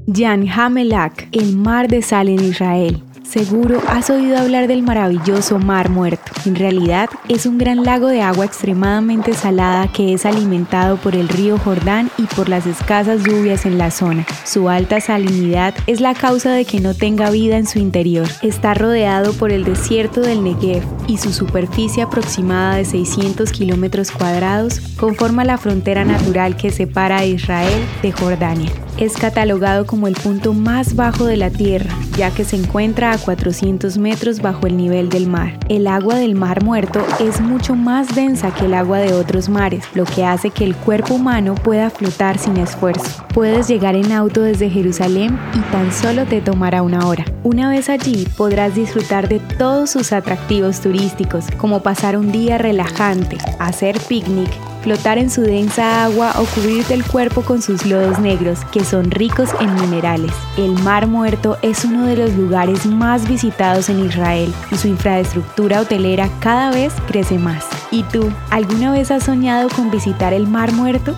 Jan HaMelach, el mar de sal en Israel. Seguro has oído hablar del maravilloso Mar Muerto. En realidad es un gran lago de agua extremadamente salada que es alimentado por el río Jordán y por las escasas lluvias en la zona. Su alta salinidad es la causa de que no tenga vida en su interior. Está rodeado por el desierto del Negev y su superficie aproximada de 600 kilómetros cuadrados conforma la frontera natural que separa a Israel de Jordania. Es catalogado como el punto más bajo de la Tierra, ya que se encuentra a 400 metros bajo el nivel del mar. El agua del Mar Muerto es mucho más densa que el agua de otros mares, lo que hace que el cuerpo humano pueda flotar sin esfuerzo. Puedes llegar en auto desde Jerusalén y tan solo te tomará 1 hora. Una vez allí podrás disfrutar de todos sus atractivos turísticos, como pasar un día relajante, hacer picnic, flotar en su densa agua o cubrirte el cuerpo con sus lodos negros, que son ricos en minerales. El Mar Muerto es uno de los lugares más visitados en Israel y su infraestructura hotelera cada vez crece más. ¿Y tú, alguna vez has soñado con visitar el Mar Muerto?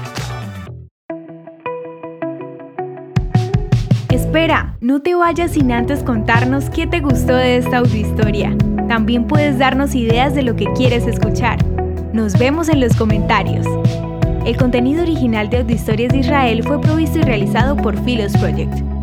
Espera, no te vayas sin antes contarnos qué te gustó de esta audiohistoria. También puedes darnos ideas de lo que quieres escuchar. Nos vemos en los comentarios. El contenido original de Audiohistorias de Israel fue provisto y realizado por Philos Project.